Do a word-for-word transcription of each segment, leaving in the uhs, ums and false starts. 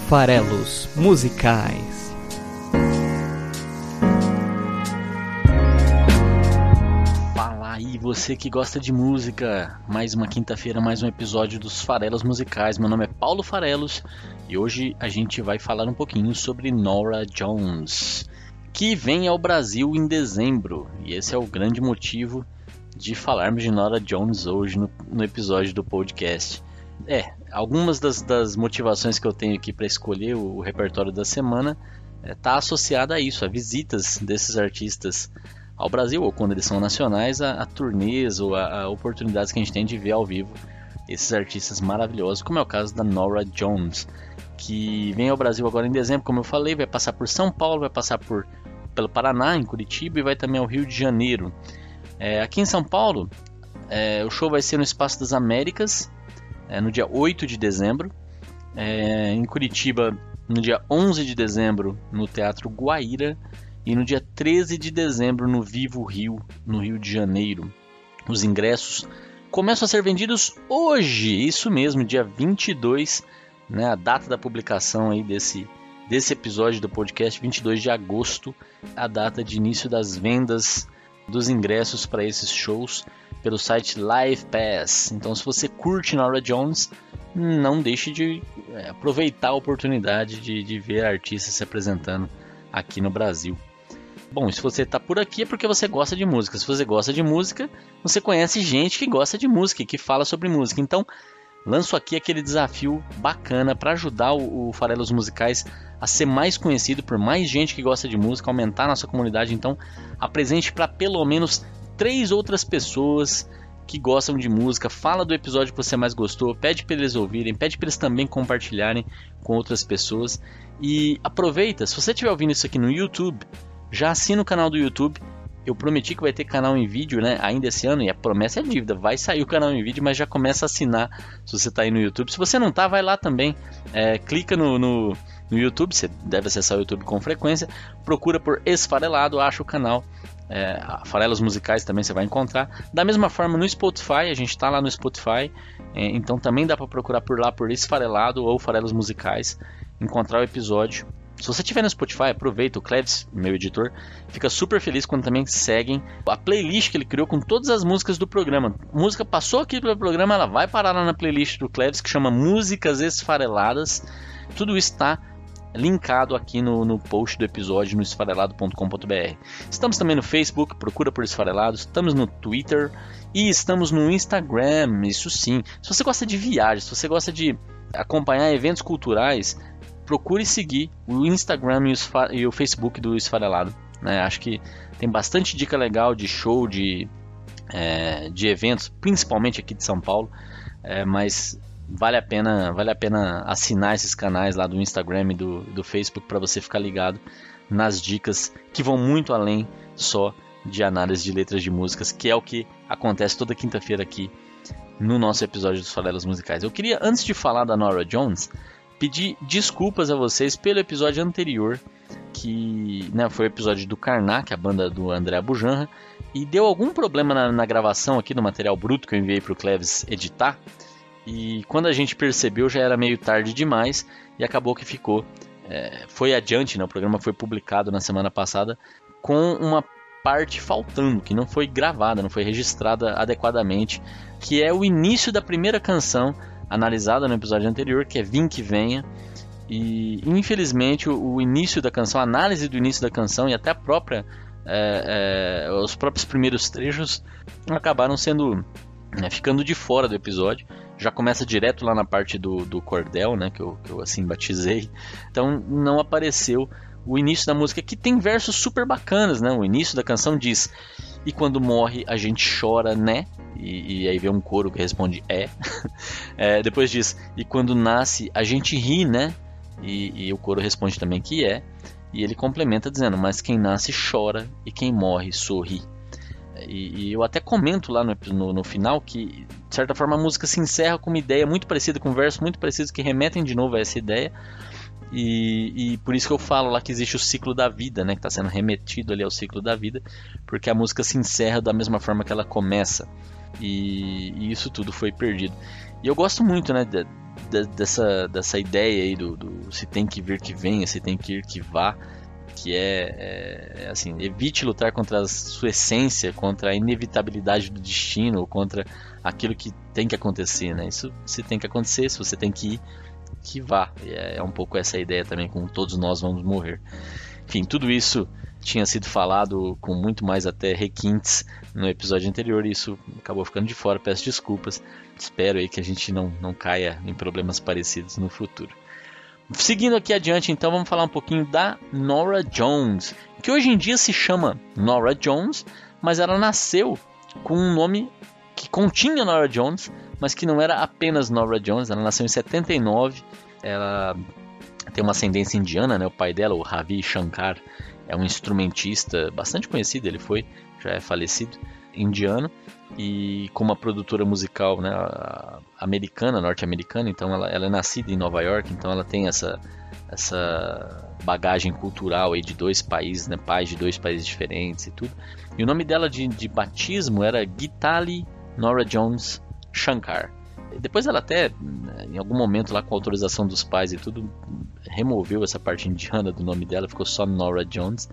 Farelos Musicais. Fala aí, você que gosta de música. Mais uma quinta-feira, mais um episódio dos Farelos Musicais. Meu nome é Paulo Farelos e hoje a gente vai falar um pouquinho sobre Norah Jones, que vem ao Brasil em dezembro. E esse é o grande motivo de falarmos de Norah Jones hoje no, no episódio do podcast. É, algumas das, das motivações que eu tenho aqui para escolher o, o repertório da semana está é, associada a isso, a visitas desses artistas ao Brasil, ou quando eles são nacionais, a, a turnês ou a, a oportunidades que a gente tem de ver ao vivo esses artistas maravilhosos, como é o caso da Norah Jones, que vem ao Brasil agora em dezembro, como eu falei, vai passar por São Paulo, vai passar por, pelo Paraná, em Curitiba, e vai também ao Rio de Janeiro. É, aqui em São Paulo, é, o show vai ser no Espaço das Américas, É, no dia oito de dezembro, é, em Curitiba no dia onze de dezembro no Teatro Guaíra e no dia treze de dezembro no Vivo Rio, no Rio de Janeiro. Os ingressos começam a ser vendidos hoje, isso mesmo, dia vinte e dois, né, a data da publicação aí desse, desse episódio do podcast, vinte e dois de agosto, a data de início das vendas dos ingressos para esses shows pelo site Live Pass. Então, se você curte Norah Jones, não deixe de é, aproveitar a oportunidade de, de ver artistas se apresentando aqui no Brasil. Bom, se você está por aqui é porque você gosta de música. Se você gosta de música, você conhece gente que gosta de música e que fala sobre música. Então, lanço aqui aquele desafio bacana para ajudar o, o Farelos Musicais a ser mais conhecido por mais gente que gosta de música, aumentar a nossa comunidade. Então, apresente para pelo menos três outras pessoas que gostam de música, fala do episódio que você mais gostou, pede para eles ouvirem, pede para eles também compartilharem com outras pessoas. E aproveita, se você estiver ouvindo isso aqui no YouTube, já assina o canal do YouTube. Eu prometi que vai ter canal em vídeo, né, ainda esse ano, e a promessa é dívida, vai sair o canal em vídeo, mas já começa a assinar se você está aí no YouTube. Se você não está, vai lá também, é, clica no, no, no YouTube, você deve acessar o YouTube com frequência, procura por Esfarelado, acha o canal. É, Farelos Musicais também você vai encontrar. Da mesma forma no Spotify, a gente está lá no Spotify, é, então também dá para procurar por lá por Esfarelado ou Farelos Musicais, encontrar o episódio. Se você estiver no Spotify, aproveita, o Cleves, meu editor, fica super feliz quando também seguem a playlist que ele criou com todas as músicas do programa. A música passou aqui pelo programa, ela vai parar lá na playlist do Cleves, que chama Músicas Esfareladas. Tudo isso está linkado aqui no, no post do episódio no esfarelado ponto com ponto b r. Estamos também no Facebook, procura por Esfarelados, estamos no Twitter e estamos no Instagram, isso sim. Se você gosta de viagens, se você gosta de acompanhar eventos culturais, procure seguir o Instagram e o, e o Facebook do Esfarelado, né? Acho que tem bastante dica legal de show, de, é, de eventos, principalmente aqui de São Paulo, é, mas Vale a pena, vale a pena assinar esses canais lá do Instagram e do, do Facebook para você ficar ligado nas dicas que vão muito além só de análise de letras de músicas, que é o que acontece toda quinta-feira aqui no nosso episódio dos Farelos Musicais. Eu queria, antes de falar da Norah Jones, pedir desculpas a vocês pelo episódio anterior, que né, foi o episódio do Karnak, a banda do André Bujanra, e deu algum problema na, na gravação aqui do material bruto que eu enviei para o Cleves editar. E quando a gente percebeu já era meio tarde demais e acabou que ficou, é, foi adiante, né? O programa foi publicado na semana passada com uma parte faltando, que não foi gravada, não foi registrada adequadamente, que é o início da primeira canção analisada no episódio anterior, que é Vim Que Venha. E infelizmente o, o início da canção, a análise do início da canção e até a própria, é, é, os próprios primeiros trechos acabaram sendo, né, ficando de fora do episódio. Já começa direto lá na parte do, do cordel, né, que eu, que eu assim batizei. Então não apareceu o início da música, que tem versos super bacanas, né? O início da canção diz: e quando morre a gente chora, né? E, e aí vem um coro que responde é. é. Depois diz: e quando nasce a gente ri, né? E, e o coro responde também que é. E ele complementa dizendo: mas quem nasce chora e quem morre sorri. E, e eu até comento lá no, no, no final que, de certa forma, a música se encerra com uma ideia muito parecida, com versos muito parecidos que remetem de novo a essa ideia. E, e por isso que eu falo lá que existe o ciclo da vida, né, que está sendo remetido ali ao ciclo da vida, porque a música se encerra da mesma forma que ela começa. E, e isso tudo foi perdido. E eu gosto muito, né, de, dessa, dessa ideia aí do, do se tem que vir que venha, se tem que ir que vá, que é, é assim, evite lutar contra a sua essência, contra a inevitabilidade do destino, ou contra aquilo que tem que acontecer, né? Isso se tem que acontecer, se você tem que ir, que vá. E é, é um pouco essa ideia também, com todos nós vamos morrer. Enfim, tudo isso tinha sido falado com muito mais até requintes no episódio anterior, e isso acabou ficando de fora, peço desculpas. Espero aí que a gente não, não caia em problemas parecidos no futuro. Seguindo aqui adiante, então, vamos falar um pouquinho da Norah Jones, que hoje em dia se chama Norah Jones, mas ela nasceu com um nome que continha Norah Jones, mas que não era apenas Norah Jones. Ela nasceu em setenta e nove, ela tem uma ascendência indiana, né? O pai dela, o Ravi Shankar, é um instrumentista bastante conhecido, ele foi, já é falecido, indiano, e com uma produtora musical, né, americana, norte-americana. Então ela, ela é nascida em Nova York, então ela tem essa, essa bagagem cultural aí de dois países, né, pais de dois países diferentes e tudo. E o nome dela de, de batismo era Geetali Norah Jones Shankar. Depois ela até, em algum momento lá, com a autorização dos pais e tudo, removeu essa parte indiana do nome dela, ficou só Norah Jones.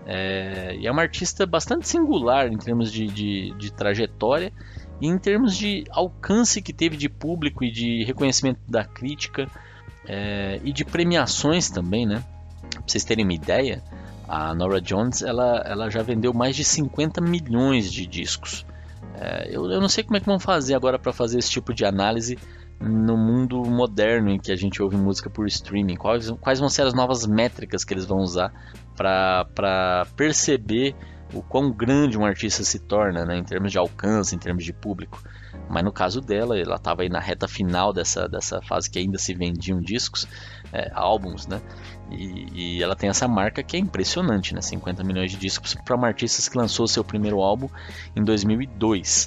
É, e é uma artista bastante singular em termos de, de, de trajetória e em termos de alcance que teve de público e de reconhecimento da crítica, é, e de premiações também, né? Pra vocês terem uma ideia, a Norah Jones ela, ela já vendeu mais de cinquenta milhões de discos. É, eu, eu não sei como é que vão fazer agora para fazer esse tipo de análise no mundo moderno em que a gente ouve música por streaming. Quais, quais vão ser as novas métricas que eles vão usar para perceber o quão grande um artista se torna, né, em termos de alcance, em termos de público. Mas no caso dela, ela estava aí na reta final dessa, dessa fase que ainda se vendiam discos, é, álbuns, né? E, e ela tem essa marca que é impressionante, né? cinquenta milhões de discos para uma artista que lançou seu primeiro álbum em dois mil e dois.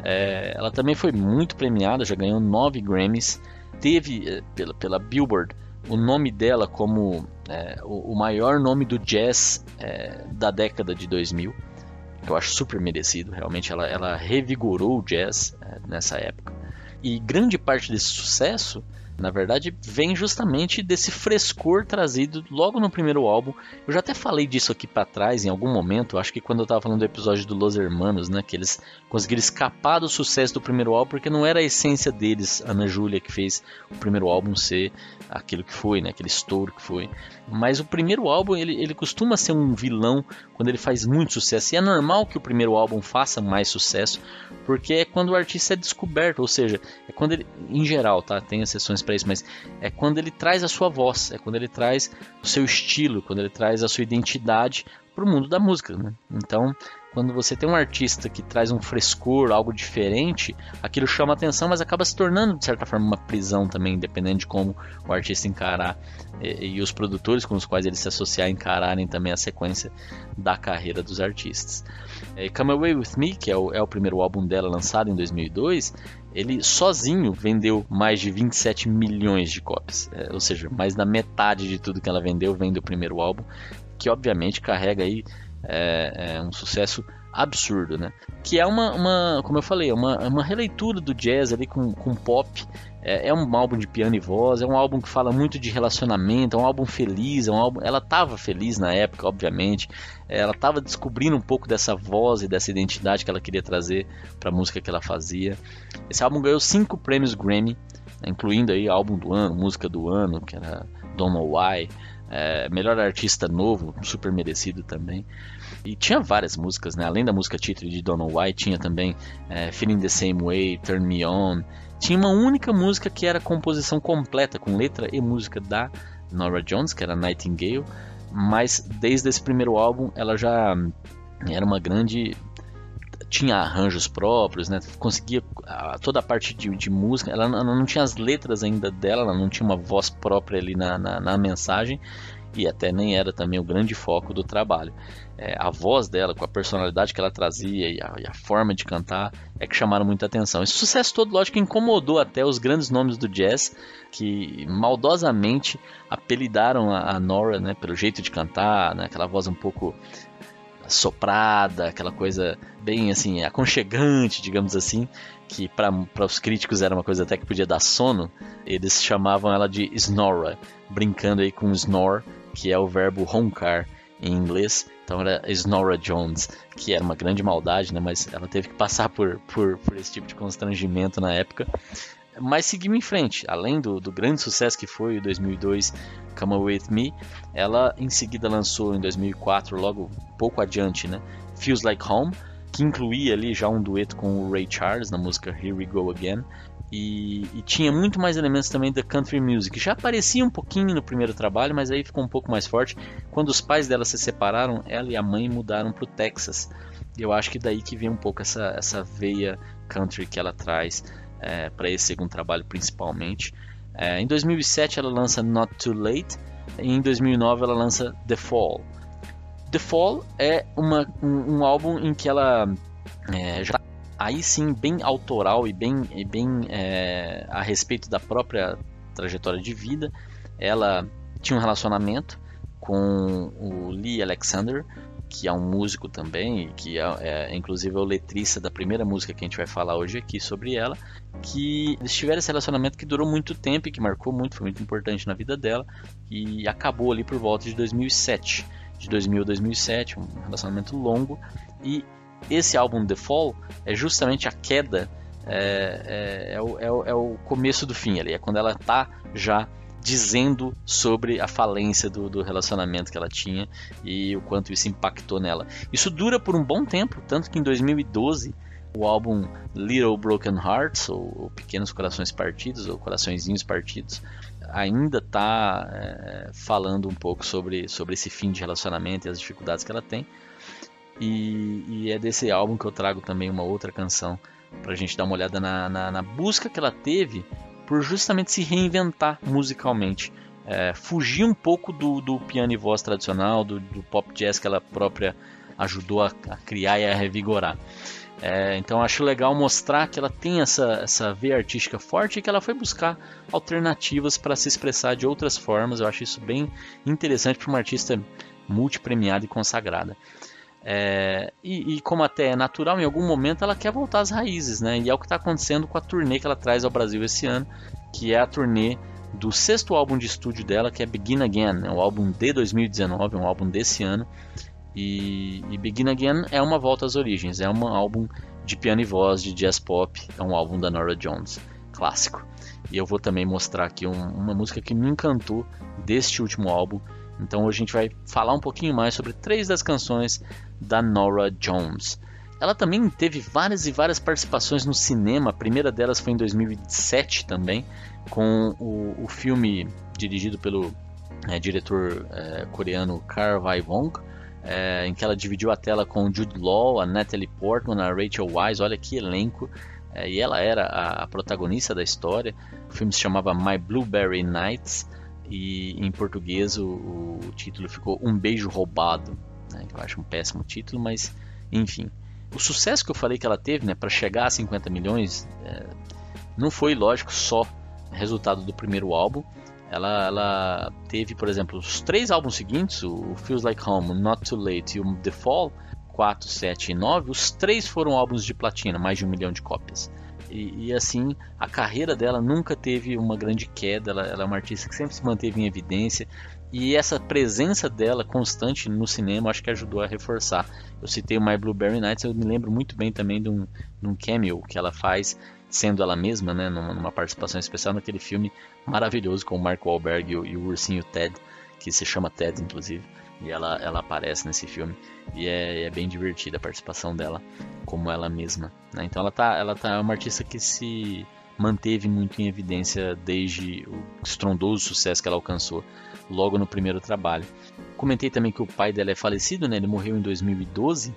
É, ela também foi muito premiada, já ganhou nove Grammys, teve é, pela, pela Billboard o nome dela como é, o, o maior nome do jazz é, da década de dois mil. Eu acho super merecido, realmente ela, ela revigorou o jazz é, nessa época. E grande parte desse sucesso, na verdade, vem justamente desse frescor trazido logo no primeiro álbum. Eu já até falei disso aqui para trás em algum momento, acho que quando eu estava falando do episódio do Los Hermanos, né, que eles conseguiram escapar do sucesso do primeiro álbum, porque não era a essência deles, Ana Júlia, que fez o primeiro álbum ser aquilo que foi, né, aquele estouro que foi. Mas o primeiro álbum, ele, ele costuma ser um vilão quando ele faz muito sucesso, e é normal que o primeiro álbum faça mais sucesso, porque é quando o artista é descoberto, ou seja, é quando ele, em geral, tá, tem exceções para isso, mas é quando ele traz a sua voz, é quando ele traz o seu estilo, quando ele traz a sua identidade para o mundo da música, né? Então, quando você tem um artista que traz um frescor, algo diferente, aquilo chama atenção, mas acaba se tornando, de certa forma, uma prisão também, dependendo de como o artista encarar, e, e os produtores com os quais ele se associar encararem também a sequência da carreira dos artistas. É, Come Away With Me, que é o, é o primeiro álbum dela, lançado em dois mil e dois, ele sozinho vendeu mais de vinte e sete milhões de cópias, é, ou seja, mais da metade de tudo que ela vendeu vem do primeiro álbum, que obviamente carrega aí é, é um sucesso absurdo, né? Que é uma, uma como eu falei, é uma, uma releitura do jazz ali com, com pop. É, é um álbum de piano e voz, é um álbum que fala muito de relacionamento, é um álbum feliz, é um álbum... ela estava feliz na época, obviamente, ela estava descobrindo um pouco dessa voz e dessa identidade que ela queria trazer para a música que ela fazia. Esse álbum ganhou cinco prêmios Grammy, incluindo aí álbum do ano, música do ano, que era Don't Know Why, é, melhor artista novo, super merecido também. E tinha várias músicas, né? Além da música título de Don't Know Why, tinha também é, Feeling the Same Way, Turn Me On. Tinha uma única música que era composição completa, com letra e música da Norah Jones, que era Nightingale, mas desde esse primeiro álbum ela já era uma grande... tinha arranjos próprios, né? Conseguia toda a parte de, de música, ela, ela não tinha as letras ainda dela, ela não tinha uma voz própria ali na, na, na mensagem, e até nem era também o grande foco do trabalho. É, a voz dela, com a personalidade que ela trazia e a, e a forma de cantar, é que chamaram muita atenção. Esse sucesso todo, lógico, incomodou até os grandes nomes do jazz, que maldosamente apelidaram a, a Norah, né, pelo jeito de cantar, né, aquela voz um pouco soprada, aquela coisa bem assim aconchegante, digamos assim, que para os críticos era uma coisa até que podia dar sono. Eles chamavam ela de Snora, brincando aí com snore, que é o verbo roncar em inglês. Então era Snora Jones, que era uma grande maldade, né? Mas ela teve que passar por, por, por esse tipo de constrangimento na época. Mas seguimos em frente, além do, do grande sucesso que foi o dois mil e dois Come With Me, ela em seguida lançou em dois mil e quatro, logo pouco adiante, né, Feels Like Home, que incluía ali já um dueto com o Ray Charles na música Here We Go Again, e, e tinha muito mais elementos também da country music. Já aparecia um pouquinho no primeiro trabalho, mas aí ficou um pouco mais forte. Quando os pais dela se separaram, ela e a mãe mudaram para o Texas, e eu acho que daí que vem um pouco essa, essa veia country que ela traz É, para esse segundo trabalho principalmente. É, em dois mil e sete ela lança Not Too Late, e em dois mil e nove ela lança The Fall. The Fall é uma, um, um álbum em que ela é, já aí sim bem autoral e bem, e bem é, a respeito da própria trajetória de vida. Ela tinha um relacionamento com o Lee Alexander, que é um músico também, e que é, é inclusive é o letrista da primeira música que a gente vai falar hoje aqui sobre ela, que eles tiveram esse relacionamento que durou muito tempo e que marcou muito, foi muito importante na vida dela, e acabou ali por volta de dois mil e sete, de dois mil a dois mil e sete, um relacionamento longo, e esse álbum The Fall é justamente a queda, é, é, é, o, é, o, é o começo do fim ali, é quando ela está já dizendo sobre a falência do, do relacionamento que ela tinha e o quanto isso impactou nela. Isso dura por um bom tempo, tanto que em dois mil e doze o álbum Little Broken Hearts, ou, ou Pequenos Corações Partidos, ou Coraçõezinhos Partidos, ainda está é, falando um pouco sobre, sobre esse fim de relacionamento e as dificuldades que ela tem. E, e é desse álbum que eu trago também uma outra canção para a gente dar uma olhada na, na, na busca que ela teve por justamente se reinventar musicalmente, é, fugir um pouco do, do piano e voz tradicional, do, do pop jazz que ela própria ajudou a, a criar e a revigorar. É, então acho legal mostrar que ela tem essa, essa veia artística forte e que ela foi buscar alternativas para se expressar de outras formas. Eu acho isso bem interessante para uma artista multipremiada e consagrada. É, e, e como até é natural, em algum momento ela quer voltar às raízes, né? E é o que está acontecendo com a turnê que ela traz ao Brasil esse ano, que é a turnê do sexto álbum de estúdio dela, que é Begin Again, né? Um álbum de dois mil e dezenove, um álbum desse ano. E, e Begin Again é uma volta às origens, é um álbum de piano e voz, de jazz pop, é um álbum da Norah Jones, clássico. E eu vou também mostrar aqui um, uma música que me encantou deste último álbum. Então hoje a gente vai falar um pouquinho mais sobre três das canções da Norah Jones. Ela também teve várias e várias participações no cinema. A primeira delas foi em dois mil e sete também, com o, o filme dirigido pelo é, diretor é, coreano Kar Wai-wong, é, em que ela dividiu a tela com o Jude Law, a Natalie Portman, a Rachel Weisz. Olha que elenco! É, e ela era a, a protagonista da história. O filme se chamava My Blueberry Nights, e em português o, o título ficou Um Beijo Roubado, né? Eu acho um péssimo título, mas enfim. O sucesso que eu falei que ela teve, né, para chegar a cinquenta milhões, é, não foi, lógico, só resultado do primeiro álbum. Ela, ela teve, por exemplo, os três álbuns seguintes, o Feels Like Home, Not Too Late e o The Fall, quatro, sete e nove, os três foram álbuns de platina, mais de um milhão de cópias. E, e assim, a carreira dela nunca teve uma grande queda, ela, ela é uma artista que sempre se manteve em evidência, e essa presença dela constante no cinema acho que ajudou a reforçar. Eu citei o My Blueberry Nights, eu me lembro muito bem também de um, de um cameo que ela faz, sendo ela mesma, né, numa, numa participação especial naquele filme maravilhoso com o Mark Wahlberg e o, e o ursinho Ted, que se chama Ted inclusive, e ela, ela aparece nesse filme, e é, é bem divertida a participação dela como ela mesma, né? Então ela tá, ela tá uma artista que se manteve muito em evidência desde o estrondoso sucesso que ela alcançou logo no primeiro trabalho. Comentei também que o pai dela é falecido, né? Ele morreu em dois mil e doze,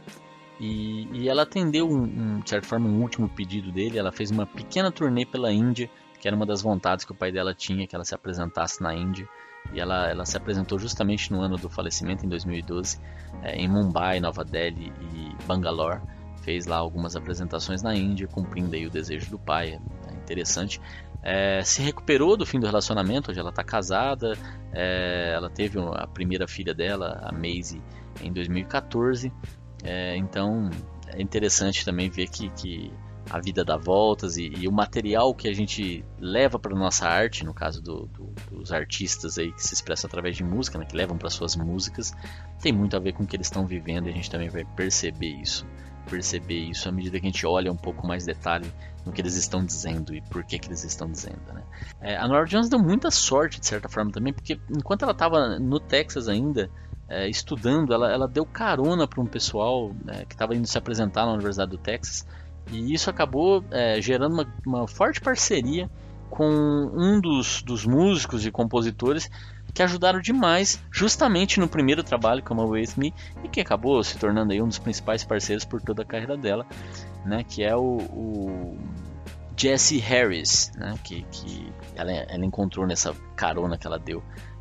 e, e ela atendeu um, um, de certa forma um último pedido dele. Ela fez uma pequena turnê pela Índia, que era uma das vontades que o pai dela tinha, que ela se apresentasse na Índia. E ela, ela se apresentou justamente no ano do falecimento, em dois mil e doze, é, em Mumbai, Nova Delhi e Bangalore. Fez lá algumas apresentações na Índia, cumprindo aí o desejo do pai. interessante. É, se recuperou do fim do relacionamento, hoje ela está casada, é, ela teve a primeira filha dela, a Maisie, em dois mil e quatorze, é, então é interessante também ver que, que a vida dá voltas e, e o material que a gente leva para nossa arte, no caso do, do, dos artistas aí que se expressam através de música, né, que levam para suas músicas, tem muito a ver com o que eles estão vivendo, e a gente também vai perceber isso, perceber isso à medida que a gente olha um pouco mais detalhe no que eles estão dizendo e por que, que eles estão dizendo, né? É, a Norah Jones deu muita sorte, de certa forma, também, porque enquanto ela estava no Texas ainda, é, estudando, ela, ela deu carona para um pessoal, é, que estava indo se apresentar na Universidade do Texas, e isso acabou é, gerando uma, uma forte parceria com um dos, dos músicos e compositores que ajudaram demais justamente no primeiro trabalho, Come Away With Me, e que acabou se tornando aí um dos principais parceiros por toda a carreira dela, né, que é o, o Jesse Harris, né, que, que ela, ela encontrou nessa carona que ela deu,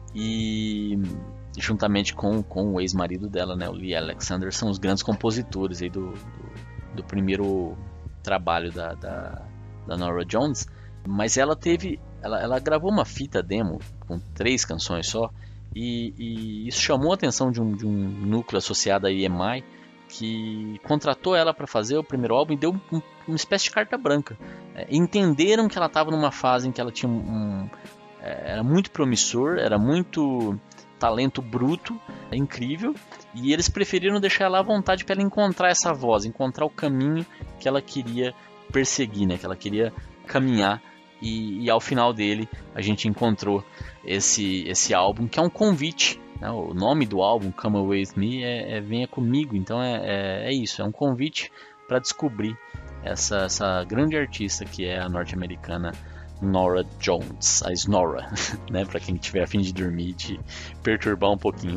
e juntamente com, com o ex-marido dela, né, o Lee Alexander, são os grandes compositores aí do, do, do primeiro trabalho da, da, da Norah Jones. Mas ela teve, ela, ela gravou uma fita demo com três canções só, e, e isso chamou a atenção de um, de um núcleo associado à E M I, que contratou ela para fazer o primeiro álbum e deu um, uma espécie de carta branca. É, entenderam que ela estava numa fase em que ela tinha um, um é, era muito promissor, era muito talento bruto, é incrível, e eles preferiram deixar ela à vontade para ela encontrar essa voz, encontrar o caminho que ela queria perseguir, né, que ela queria caminhar. E, e ao final dele a gente encontrou esse, esse álbum, que é um convite, né? O nome do álbum, Come Away With Me, é, é Venha Comigo. Então é, é, é isso, é um convite para descobrir essa, essa grande artista que é a norte-americana Norah Jones, a Snora, né? Para quem tiver a fim de dormir, de perturbar um pouquinho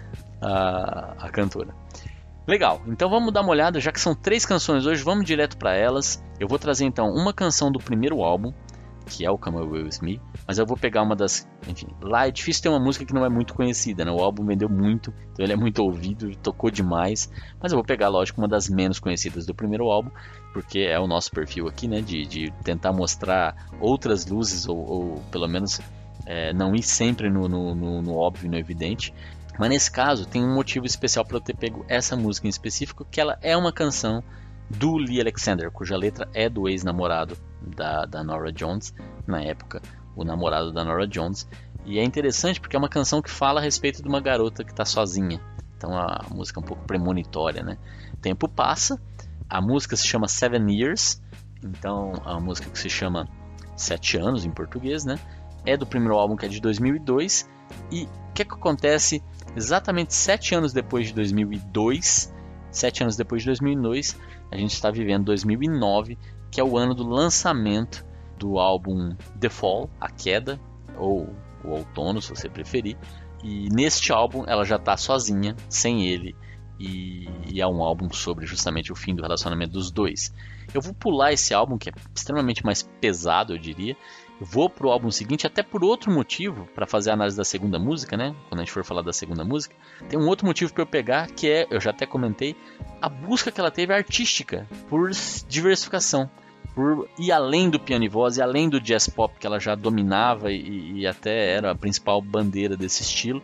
a, a cantora. Legal, então vamos dar uma olhada, já que são três canções hoje, vamos direto para elas. Eu vou trazer então uma canção do primeiro álbum, que é o Come Away With Me, mas eu vou pegar uma das, enfim, lá é difícil ter uma música que não é muito conhecida, né? O álbum vendeu muito, então ele é muito ouvido, tocou demais, mas eu vou pegar, lógico, uma das menos conhecidas do primeiro álbum, porque é o nosso perfil aqui, né, de, de tentar mostrar outras luzes, ou, ou pelo menos é, não ir sempre no, no, no, no óbvio e no evidente. Mas nesse caso tem um motivo especial para eu ter pego essa música em específico, que ela é uma canção do Lee Alexander, cuja letra é do ex-namorado da, da Norah Jones, na época, o namorado da Norah Jones. E é interessante porque é uma canção que fala a respeito de uma garota que está sozinha. Então a música é um pouco premonitória, né? O tempo passa, a música se chama Seven Years, então a música que se chama Sete Anos em português, né? É do primeiro álbum, que é de dois mil e dois. E o que, que acontece exatamente sete anos depois de dois mil e dois? Sete anos depois de dois mil e dois, a gente está vivendo dois mil e nove, que é o ano do lançamento do álbum The Fall, A Queda, ou o Outono, se você preferir. E neste álbum ela já está sozinha, sem ele, e, e é um álbum sobre justamente o fim do relacionamento dos dois. Eu vou pular esse álbum, que é extremamente mais pesado, eu diria. Eu vou pro álbum seguinte, até por outro motivo, para fazer a análise da segunda música, né? Quando a gente for falar da segunda música, tem um outro motivo para eu pegar, que é, eu já até comentei, a busca que ela teve artística por diversificação, por ir além do piano e voz e além do jazz pop, que ela já dominava e, e até era a principal bandeira desse estilo.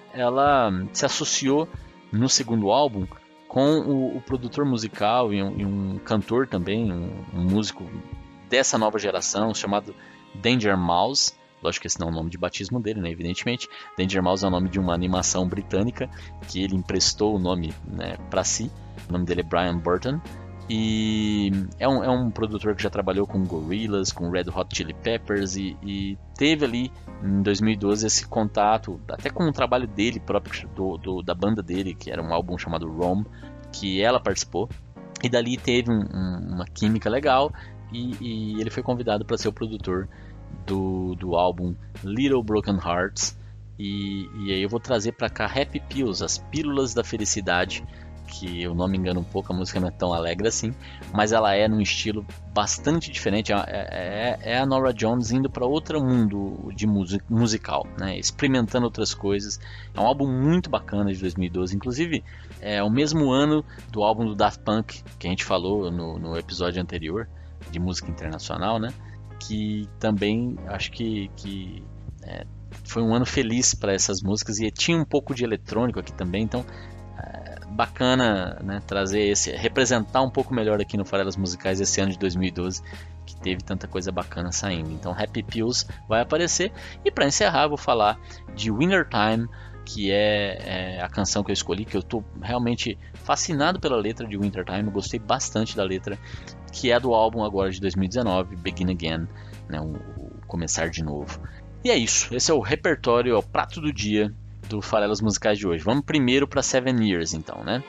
Ela se associou no segundo álbum com o, o produtor musical e um, e um cantor também, um, um músico dessa nova geração, chamado Danger Mouse. Lógico que esse não é o nome de batismo dele, né, evidentemente. Danger Mouse é o nome de uma animação britânica que ele emprestou o nome, né, para si. O nome dele é Brian Burton. E é um, é um produtor que já trabalhou com Gorillaz, com Red Hot Chili Peppers, e, e teve ali em dois mil e doze esse contato, até com o trabalho dele próprio, do, do, da banda dele, que era um álbum chamado Rome, que ela participou. E dali teve um, um, uma química legal, e, e ele foi convidado para ser o produtor do, do álbum Little Broken Hearts. E, e aí eu vou trazer para cá Happy Pills, as Pílulas da Felicidade, que o nome engana um pouco, a música não é tão alegre assim, mas ela é num estilo bastante diferente. É, é, é a Norah Jones indo para outro mundo de music, musical, né? Experimentando outras coisas. É um álbum muito bacana de dois mil e doze, inclusive é o mesmo ano do álbum do Daft Punk, que a gente falou no, no episódio anterior, de música internacional, né? que também acho que, que é, foi um ano feliz para essas músicas, e tinha um pouco de eletrônico aqui também, então é, bacana, né, trazer esse, representar um pouco melhor aqui no Farelas Musicais esse ano de dois mil e doze, que teve tanta coisa bacana saindo. Então Happy Pills vai aparecer, e para encerrar eu vou falar de Winter Time, que é, é a canção que eu escolhi, que eu estou realmente fascinado pela letra de Winter Time, eu gostei bastante da letra, que é do álbum agora de dois mil e dezenove, Begin Again, né, o, o Começar de Novo. E é isso, esse é o repertório, é o prato do dia do Farelas Musicais de hoje. Vamos primeiro para Seven Years, então, né?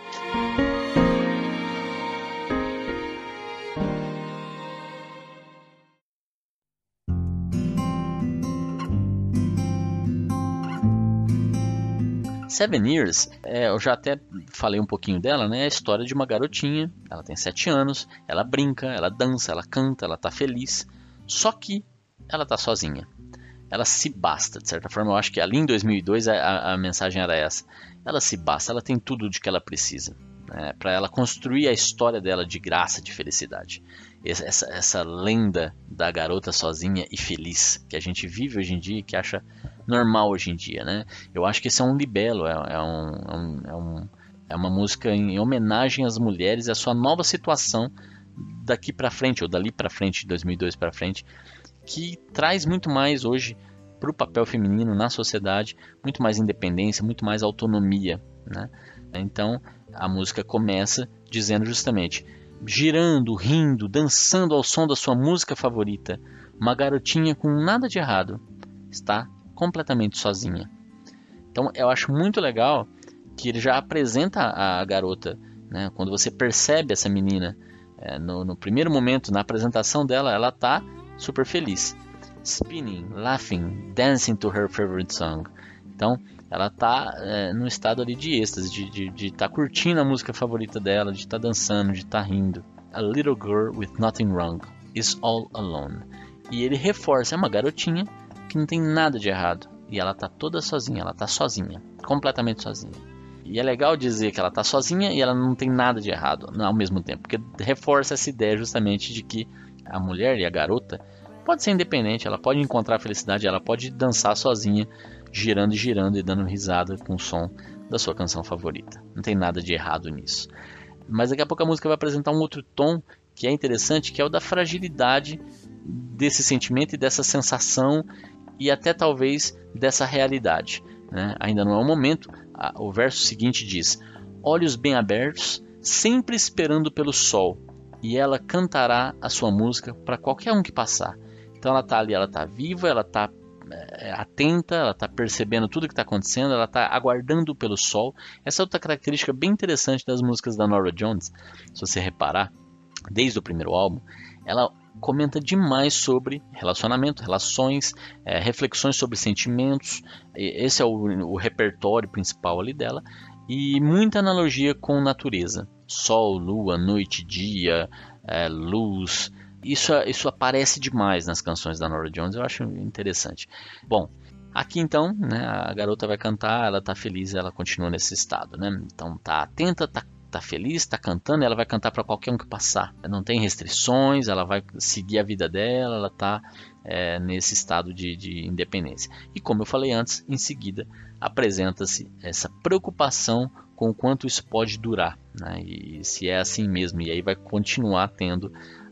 Seven Years, é, eu já até falei um pouquinho dela, né? É a história de uma garotinha, ela tem sete anos, ela brinca, ela dança, ela canta, ela tá feliz, só que ela tá sozinha. Ela se basta, de certa forma. Eu acho que ali em dois mil e dois a, a mensagem era essa. Ela se basta, ela tem tudo de que ela precisa, né, para ela construir a história dela de graça, de felicidade. Essa, essa lenda da garota sozinha e feliz que a gente vive hoje em dia e que acha normal hoje em dia, né? Eu acho que esse é um libelo, é, é, um, é, um, é, um, é uma música em homenagem às mulheres e à sua nova situação daqui para frente, ou dali para frente, de dois mil e dois para frente, que traz muito mais hoje para o papel feminino na sociedade, muito mais independência, muito mais autonomia, né? Então a música começa dizendo justamente: girando, rindo, dançando ao som da sua música favorita, uma garotinha com nada de errado está completamente sozinha. Então eu acho muito legal que ele já apresenta a garota, né? Quando você percebe essa menina, é, no, no primeiro momento, na apresentação dela, ela está super feliz, spinning, laughing, dancing to her favorite song. Então ela está é, num estado ali de êxtase, de estar de, de tá curtindo a música favorita dela, de estar tá dançando, de estar tá rindo. A little girl with nothing wrong is all alone. E ele reforça, é uma garotinha que não tem nada de errado, e ela está toda sozinha, ela está sozinha, completamente sozinha. E é legal dizer que ela está sozinha e ela não tem nada de errado ao mesmo tempo, porque reforça essa ideia justamente de que a mulher e a garota pode ser independente, ela pode encontrar felicidade, ela pode dançar sozinha, girando e girando e dando risada com o som da sua canção favorita. Não tem nada de errado nisso. Mas daqui a pouco a música vai apresentar um outro tom que é interessante, que é o da fragilidade desse sentimento e dessa sensação, e até talvez dessa realidade, né? Ainda não é o momento. O verso seguinte diz: olhos bem abertos, sempre esperando pelo sol, e ela cantará a sua música para qualquer um que passar. Então ela está ali, ela está viva, ela está é, atenta, ela está percebendo tudo que está acontecendo, ela está aguardando pelo sol. Essa é outra característica bem interessante das músicas da Norah Jones. Se você reparar, desde o primeiro álbum, ela comenta demais sobre relacionamento, relações, é, reflexões sobre sentimentos. Esse é o, o repertório principal ali dela, e muita analogia com natureza: sol, lua, noite, dia, é, luz. Isso, isso aparece demais nas canções da Norah Jones, eu acho interessante. Bom, aqui então, né, a garota vai cantar, ela está feliz, ela continua nesse estado, né? Então tá atenta, tá tá feliz, tá cantando, ela vai cantar para qualquer um que passar. Não tem restrições, ela vai seguir a vida dela, ela tá é, nesse estado de, de independência. E como eu falei antes, em seguida apresenta-se essa preocupação com o quanto isso pode durar, né? E se é assim mesmo. E aí vai continuar tendo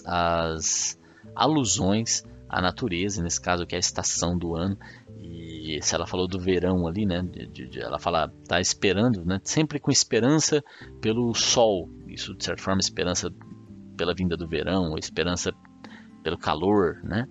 as alusões à natureza, nesse caso que é a estação do ano. E se ela falou do verão ali, né, de, de, ela fala, tá esperando, né, sempre com esperança pelo sol. Isso de certa forma, esperança pela vinda do verão, ou esperança pelo calor, né?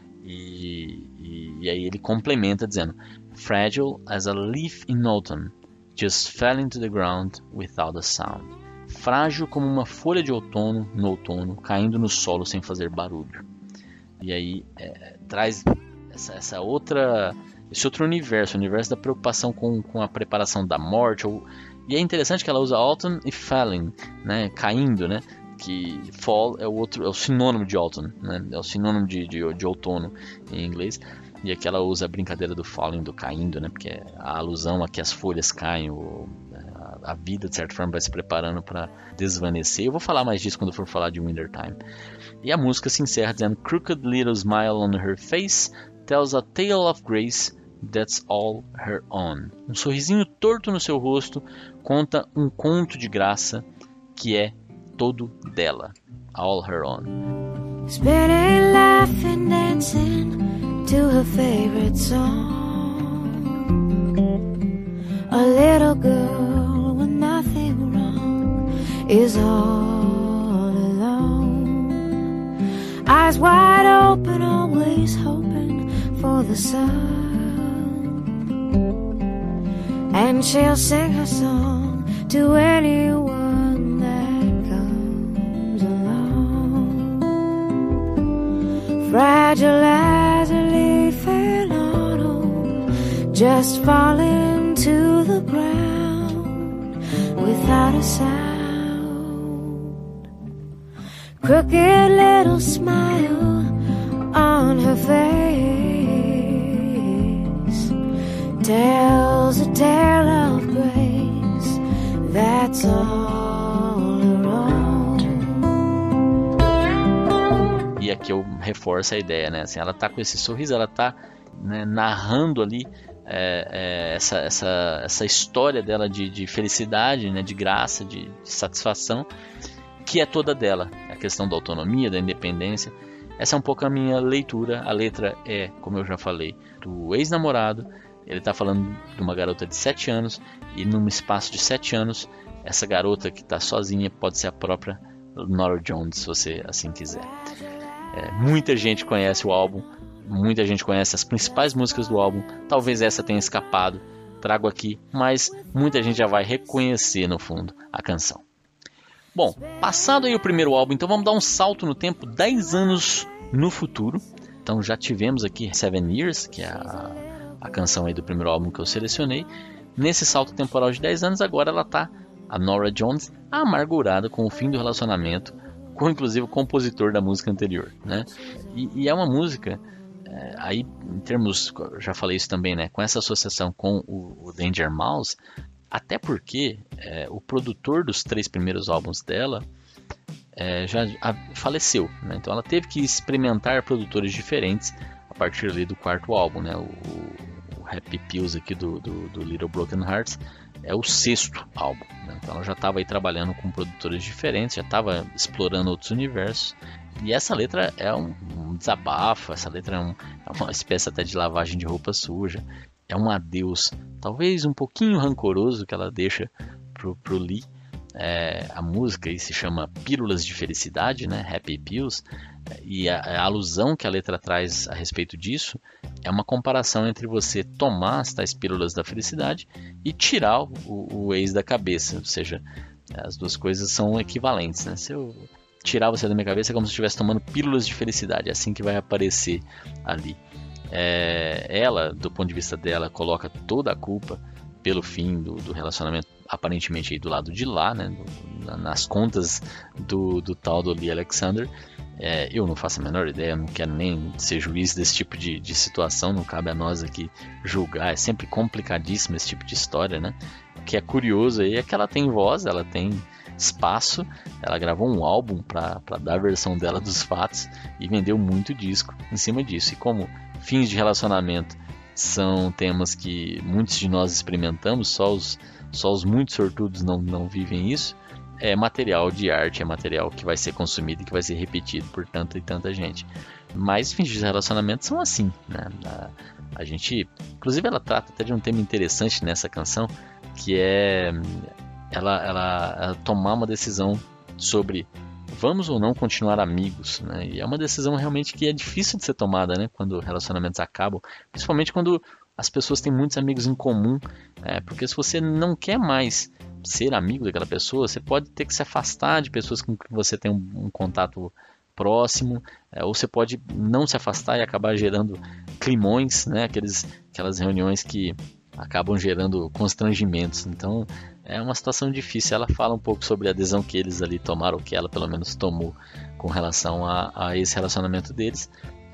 E, e, e aí ele complementa dizendo: fragile as a leaf in autumn, just fell into the ground without a sound. Frágil como uma folha de outono no outono, caindo no solo sem fazer barulho. E aí é, traz essa, essa outra, esse outro universo, o universo da preocupação com, com a preparação da morte. Ou, e é interessante que ela usa autumn e falling, né, caindo, né, que fall é o outro, é o sinônimo de autumn, né, é o sinônimo de, de, de outono em inglês. E aqui ela usa a brincadeira do falling, do caindo, né, porque a alusão a que as folhas caem, ou a vida de certa forma vai se preparando para desvanecer. Eu vou falar mais disso quando for falar de Winter Time. E a música se encerra dizendo: Crooked little smile on her face tells a tale of grace that's all her own. Um sorrisinho torto no seu rosto conta um conto de graça que é todo dela. All her own. Spinning, laughing, dancing to her favorite song. A little girl with nothing wrong is all alone. Eyes wide open, always hoping for the sun. And she'll sing her song to anyone that comes along. Fragile as a leaf in autumn, just falling to the ground without a sound. Crooked little smile on her face tells a tale of grace that's all her own. E aqui eu reforço a ideia, né? Assim, ela tá com esse sorriso, ela tá, né, narrando ali É, é, essa, essa, essa história dela de, de felicidade, né, de graça, de, de satisfação, que é toda dela. A questão da autonomia, da independência. Essa é um pouco a minha leitura. A letra é, como eu já falei, do ex-namorado. Ele está falando de uma garota de sete anos, e num espaço de sete anos, essa garota que está sozinha pode ser a própria Norah Jones, se você assim quiser. É, muita gente conhece o álbum. Muita gente conhece as principais músicas do álbum. Talvez essa tenha escapado. Trago aqui, mas muita gente já vai reconhecer no fundo a canção. Bom, passado aí o primeiro álbum, então vamos dar um salto no tempo, dez anos no futuro. Então já tivemos aqui Seven Years, que é a, a canção aí do primeiro álbum que eu selecionei. Nesse salto temporal de dez anos, agora ela tá, a Norah Jones, amargurada com o fim do relacionamento, com inclusive o compositor da música anterior, né? E, e é uma música... É, aí, em termos, já falei isso também, né? Com essa associação com o, o Danger Mouse, até porque é, o produtor dos três primeiros álbuns dela é, já a, faleceu, né? Então ela teve que experimentar produtores diferentes a partir ali do quarto álbum, né? O, o Happy Pills aqui do, do, do Little Broken Hearts é o sexto álbum, né? Então ela já estava aí trabalhando com produtores diferentes, já estava explorando outros universos. E essa letra é um, um desabafo, essa letra é, um, é uma espécie até de lavagem de roupa suja. É um adeus, talvez um pouquinho rancoroso, que ela deixa pro, pro Lee. É, a música aí se chama Pílulas de Felicidade, né? Happy Pills. E a, a alusão que a letra traz a respeito disso é uma comparação entre você tomar as tais pílulas da felicidade e tirar o, o ex da cabeça. Ou seja, as duas coisas são equivalentes, né? Se eu tirar você da minha cabeça é como se eu estivesse tomando pílulas de felicidade, é assim que vai aparecer ali. É, ela, do ponto de vista dela, coloca toda a culpa pelo fim do, do relacionamento, aparentemente aí do lado de lá, né, do, nas contas do, do tal do Lee Alexander. É, eu não faço a menor ideia, não quero nem ser juiz desse tipo de, de situação, não cabe a nós aqui julgar, é sempre complicadíssimo esse tipo de história, né? O que é curioso aí é que ela tem voz, ela tem espaço, ela gravou um álbum para dar a versão dela dos fatos e vendeu muito disco em cima disso. E como fins de relacionamento são temas que muitos de nós experimentamos, só os, só os muito sortudos não, não vivem isso, é material de arte, é material que vai ser consumido e que vai ser repetido por tanta e tanta gente. Mas fins de relacionamento são assim, né? A, a gente, inclusive ela trata até de um tema interessante nessa canção, que é ela, ela, ela tomar uma decisão sobre vamos ou não continuar amigos, né? E é uma decisão realmente que é difícil de ser tomada, né? Quando relacionamentos acabam, principalmente quando as pessoas têm muitos amigos em comum, é, porque se você não quer mais ser amigo daquela pessoa, você pode ter que se afastar de pessoas com que você tem um, um contato próximo, é, ou você pode não se afastar e acabar gerando climões, né? Aqueles, aquelas reuniões que acabam gerando constrangimentos. Então é uma situação difícil. Ela fala um pouco sobre a adesão que eles ali tomaram, ou que ela pelo menos tomou com relação a, a esse relacionamento deles.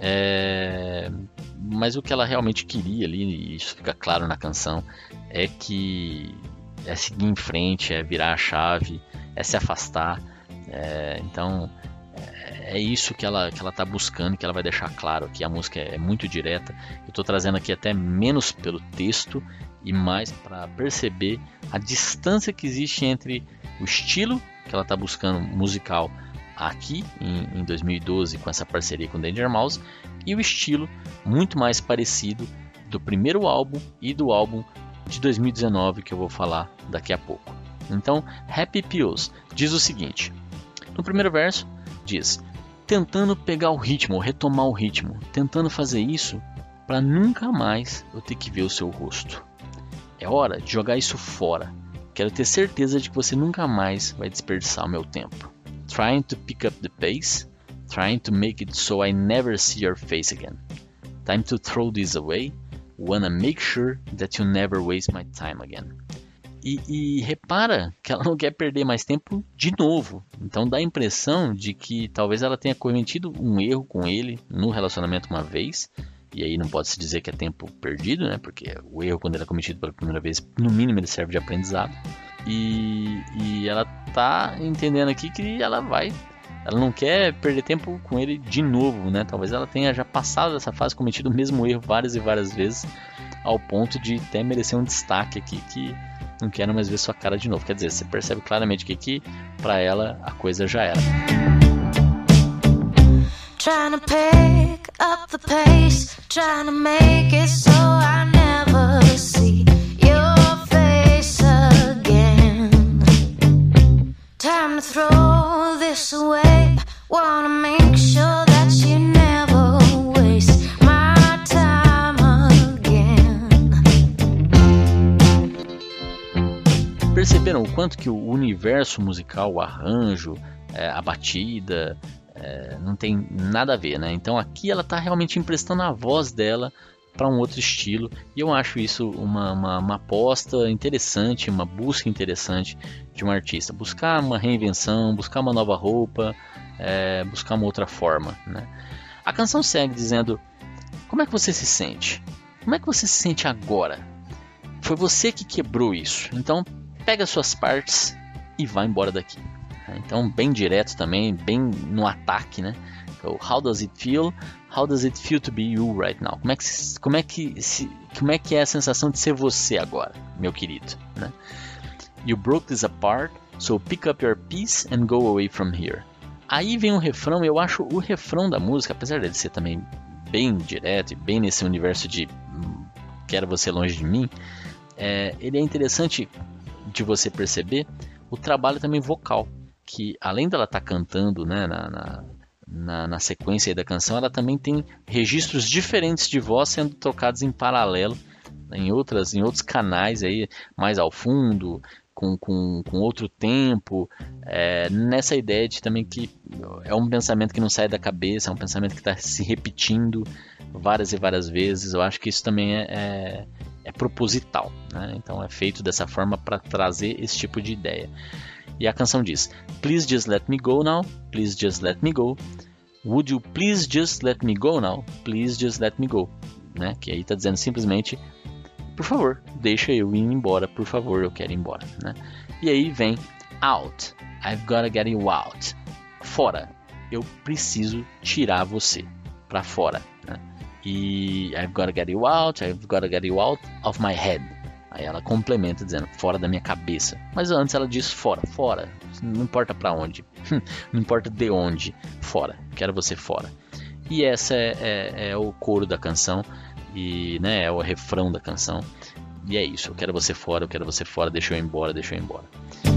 É... Mas o que ela realmente queria ali, e isso fica claro na canção, é que é seguir em frente, é virar a chave, é se afastar. É, então é, é isso que ela, que ela tá buscando, que ela vai deixar claro aqui. A música é, é muito direta. Eu estou trazendo aqui até menos pelo texto e mais para perceber a distância que existe entre o estilo que ela está buscando musical aqui em, em dois mil e doze com essa parceria com Danger Mouse e o estilo muito mais parecido do primeiro álbum e do álbum de dois mil e dezenove que eu vou falar daqui a pouco. Então, Happy Pills diz o seguinte: no primeiro verso diz: tentando pegar o ritmo, retomar o ritmo, tentando fazer isso para nunca mais eu ter que ver o seu rosto. É hora de jogar isso fora. Quero ter certeza de que você nunca mais vai desperdiçar o meu tempo. Trying to pick up the pace, trying to make it so I never see your face again. Time to throw this away, wanna make sure that you never waste my time again. E, e repara que ela não quer perder mais tempo de novo. Então dá a impressão de que talvez ela tenha cometido um erro com ele no relacionamento uma vez. E aí não pode se dizer que é tempo perdido, né? Porque o erro, quando ele é cometido pela primeira vez, no mínimo ele serve de aprendizado. E, e ela tá entendendo aqui que ela vai... Ela não quer perder tempo com ele de novo, né? Talvez ela tenha já passado dessa fase, cometido o mesmo erro várias e várias vezes, ao ponto de até merecer um destaque aqui que não quero mais ver sua cara de novo. Quer dizer, você percebe claramente que aqui, pra ela, a coisa já era. Trying to pick up the pace, trying to make it so I never see your face again. Time to throw this away, wanna make sure that you never waste my time again. Perceberam o quanto que o universo musical, o arranjo, é, a batida... É, não tem nada a ver, né? Então aqui ela está realmente emprestando a voz dela para um outro estilo, e eu acho isso uma, uma, uma aposta interessante, uma busca interessante de um artista. Buscar uma reinvenção, buscar uma nova roupa, é, buscar uma outra forma, né? A canção segue dizendo: como é que você se sente? Como é que você se sente agora? Foi você que quebrou isso, então pega suas partes e vai embora daqui. Então, bem direto também, bem no ataque, né? So, how does it feel? How does it feel to be you right now? Como é que, como é que, se, como é, que é a sensação de ser você agora, meu querido, né? You broke this apart, so pick up your piece and go away from here. Aí vem um refrão, eu acho o refrão da música, apesar de ser também bem direto e bem nesse universo de quero você longe de mim, é, ele é interessante de você perceber o trabalho também vocal, que além dela estar tá cantando, né, na, na, na, na sequência aí da canção, ela também tem registros diferentes de voz sendo tocados em paralelo em, outras, em outros canais aí, mais ao fundo, com, com, com outro tempo, é, nessa ideia de também que é um pensamento que não sai da cabeça, é um pensamento que está se repetindo várias e várias vezes. Eu acho que isso também é, é, é proposital, né? Então é feito dessa forma para trazer esse tipo de ideia. E a canção diz: Please just let me go now, please just let me go. Would you please just let me go now? Please just let me go, né? Que aí está dizendo simplesmente: por favor, deixa eu ir embora, por favor, eu quero ir embora, né? E aí vem out, I've gotta get you out. Fora, eu preciso tirar você para fora, né? E I've gotta get you out, I've gotta get you out of my head. Aí ela complementa dizendo fora da minha cabeça. Mas antes ela diz fora, fora. Não importa para onde, não importa de onde, fora. Quero você fora. E essa é, é, é o coro da canção, e, né, é o refrão da canção. E é isso. Eu quero você fora, eu quero você fora. Deixa eu ir embora, deixa eu ir embora.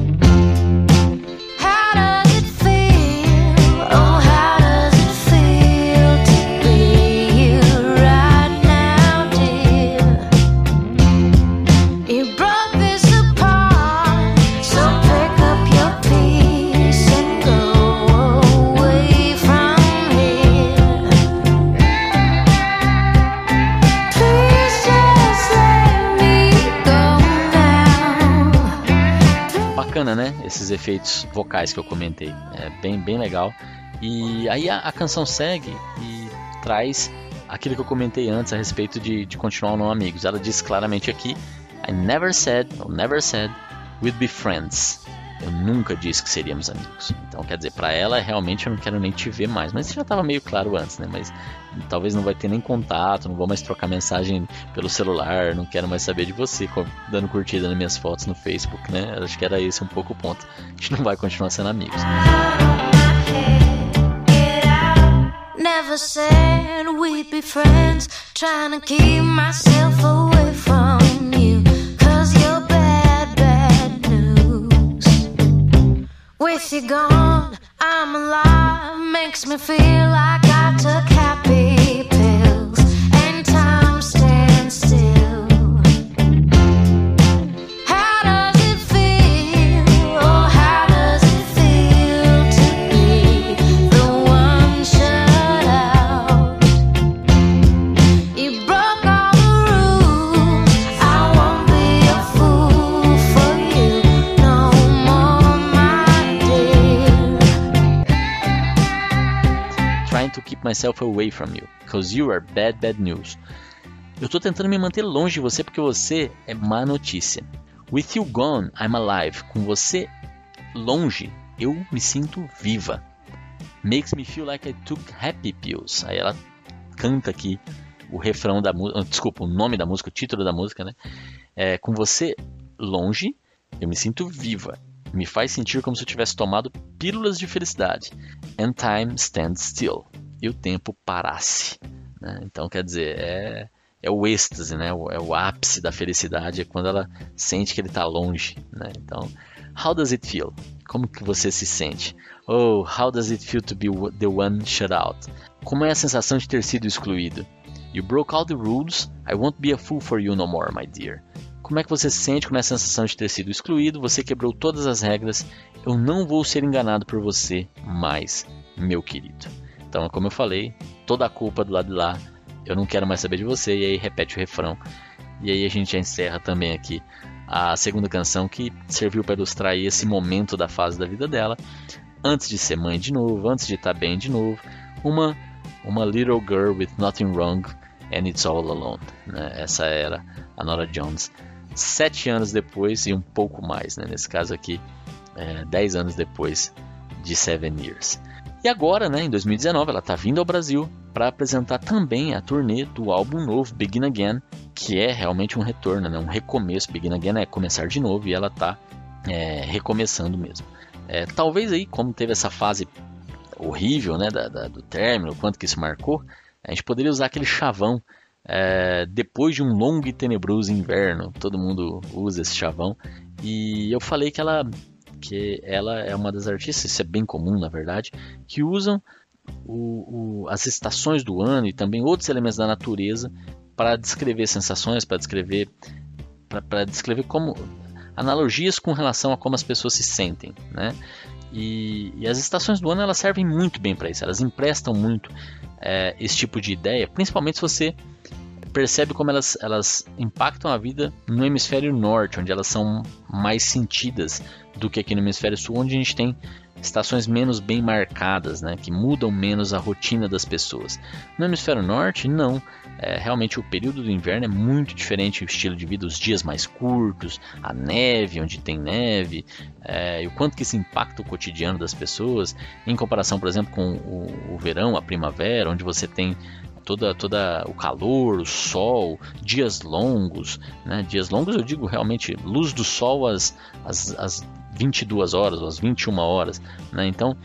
Né? Esses efeitos vocais que eu comentei, é bem, bem legal. E aí a, a canção segue e traz aquilo que eu comentei antes a respeito de, de continuar ou não amigos. Ela diz claramente aqui: I never said, or never said We'd be friends. Eu nunca disse que seríamos amigos. Então, quer dizer, pra ela, realmente eu não quero nem te ver mais. Mas isso já estava meio claro antes, né? Mas talvez não vai ter nem contato, não vou mais trocar mensagem pelo celular, não quero mais saber de você, dando curtida nas minhas fotos no Facebook, né? Acho que era esse um pouco o ponto. A gente não vai continuar sendo amigos. Never said we'd be friends, trying to keep myself away from you, 'cause you're bad, bad news. With you gone, I'm alive, makes me feel like I took happy pills, and time stands still. How does it feel, oh how does it feel to be the one shut out? You broke all the rules, I won't be a fool for you no more, my dear. Trying to keep myself away from you, 'cause you are bad, bad news. Eu tô tentando me manter longe de você porque você é má notícia. With you gone, I'm alive. Com você longe, eu me sinto viva. Makes me feel like I took happy pills. Aí ela canta aqui o refrão da música, desculpa, o nome da música, o título da música, né? É, com você longe, eu me sinto viva. Me faz sentir como se eu tivesse tomado pílulas de felicidade. And time stands still. E o tempo parasse. Né? Então, quer dizer, é, é o êxtase, né? É o ápice da felicidade, é quando ela sente que ele está longe. Né? Então, how does it feel? Como que você se sente? Oh, how does it feel to be the one shut out? Como é a sensação de ter sido excluído? You broke all the rules, I won't be a fool for you no more, my dear. Como é que você se sente com a sensação de ter sido excluído? Você quebrou todas as regras. Eu não vou ser enganado por você mais, meu querido. Então, como eu falei, toda a culpa do lado de lá. Eu não quero mais saber de você. E aí repete o refrão. E aí a gente já encerra também aqui a segunda canção, que serviu para ilustrar esse momento da fase da vida dela. Antes de ser mãe de novo, antes de estar bem de novo. Uma, uma little girl with nothing wrong and it's all alone. Né? Essa era a Norah Jones. Sete anos depois e um pouco mais, né? Nesse caso aqui, é, dez anos depois de Seven Years. E agora, né, em dois mil e dezenove, ela está vindo ao Brasil para apresentar também a turnê do álbum novo, Begin Again, que é realmente um retorno, né, um recomeço. Begin Again é começar de novo e ela está é, recomeçando mesmo. É, talvez aí, como teve essa fase horrível, né, da, da, do término, quanto que isso marcou, a gente poderia usar aquele chavão. É, depois de um longo e tenebroso inverno, todo mundo usa esse chavão, e eu falei que ela, que ela é uma das artistas, isso é bem comum na verdade, que usam o, o, as estações do ano e também outros elementos da natureza para descrever sensações, para descrever, para descrever como analogias com relação a como as pessoas se sentem, né? E, e as estações do ano elas servem muito bem para isso, elas emprestam muito é, esse tipo de ideia, principalmente se você percebe como elas, elas impactam a vida no hemisfério norte, onde elas são mais sentidas do que aqui no hemisfério sul, onde a gente tem estações menos bem marcadas, né, que mudam menos a rotina das pessoas. No hemisfério norte, não. É, realmente o período do inverno é muito diferente, o estilo de vida, os dias mais curtos, a neve, onde tem neve, é, e o quanto que isso impacta o cotidiano das pessoas, em comparação, por exemplo, com o, o verão, a primavera, onde você tem Toda, toda o calor, o sol, dias longos, né? Dias longos eu digo realmente luz do sol às, às, às vinte e duas horas, ou às vinte e uma horas, né? Então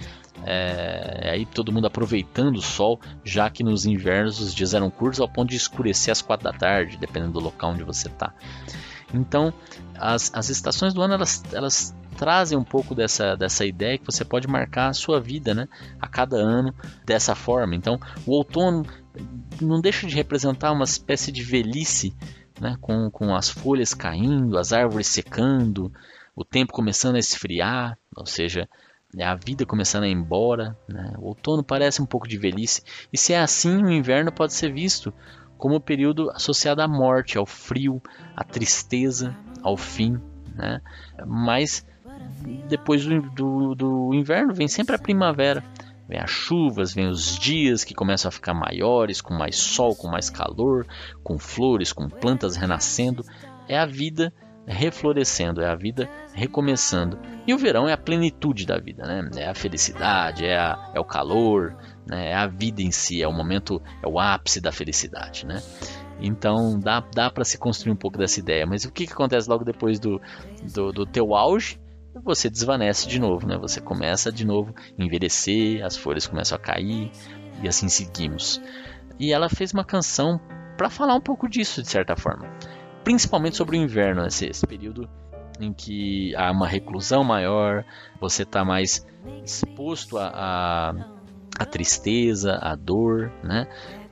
é, aí todo mundo aproveitando o sol, já que nos invernos os dias eram curtos ao ponto de escurecer às quatro da tarde, dependendo do local onde você está. Então as, as estações do ano elas, elas trazem um pouco dessa, dessa ideia que você pode marcar a sua vida, né, a cada ano dessa forma. Então o outono não deixa de representar uma espécie de velhice, né, com, com as folhas caindo, as árvores secando, o tempo começando a esfriar, ou seja, a vida começando a ir embora, né? O outono parece um pouco de velhice, e se é assim, o inverno pode ser visto como um período associado à morte, ao frio, à tristeza, ao fim, né? Mas depois do, do, do inverno vem sempre a primavera, vem as chuvas, vem os dias que começam a ficar maiores, com mais sol, com mais calor, com flores, com plantas renascendo. É a vida reflorescendo, é a vida recomeçando. E o verão é a plenitude da vida, né? É a felicidade, é, a, é o calor, né? É a vida em si, é o momento, é o ápice da felicidade, né? Então dá, dá para se construir um pouco dessa ideia. Mas o que, que acontece logo depois do, do, do teu auge? Você desvanece de novo, né? Você começa de novo a envelhecer, as folhas começam a cair e assim seguimos. E ela fez uma canção para falar um pouco disso, de certa forma. Principalmente sobre o inverno, esse, esse período em que há uma reclusão maior, você está mais exposto a, a, a tristeza, a dor, né?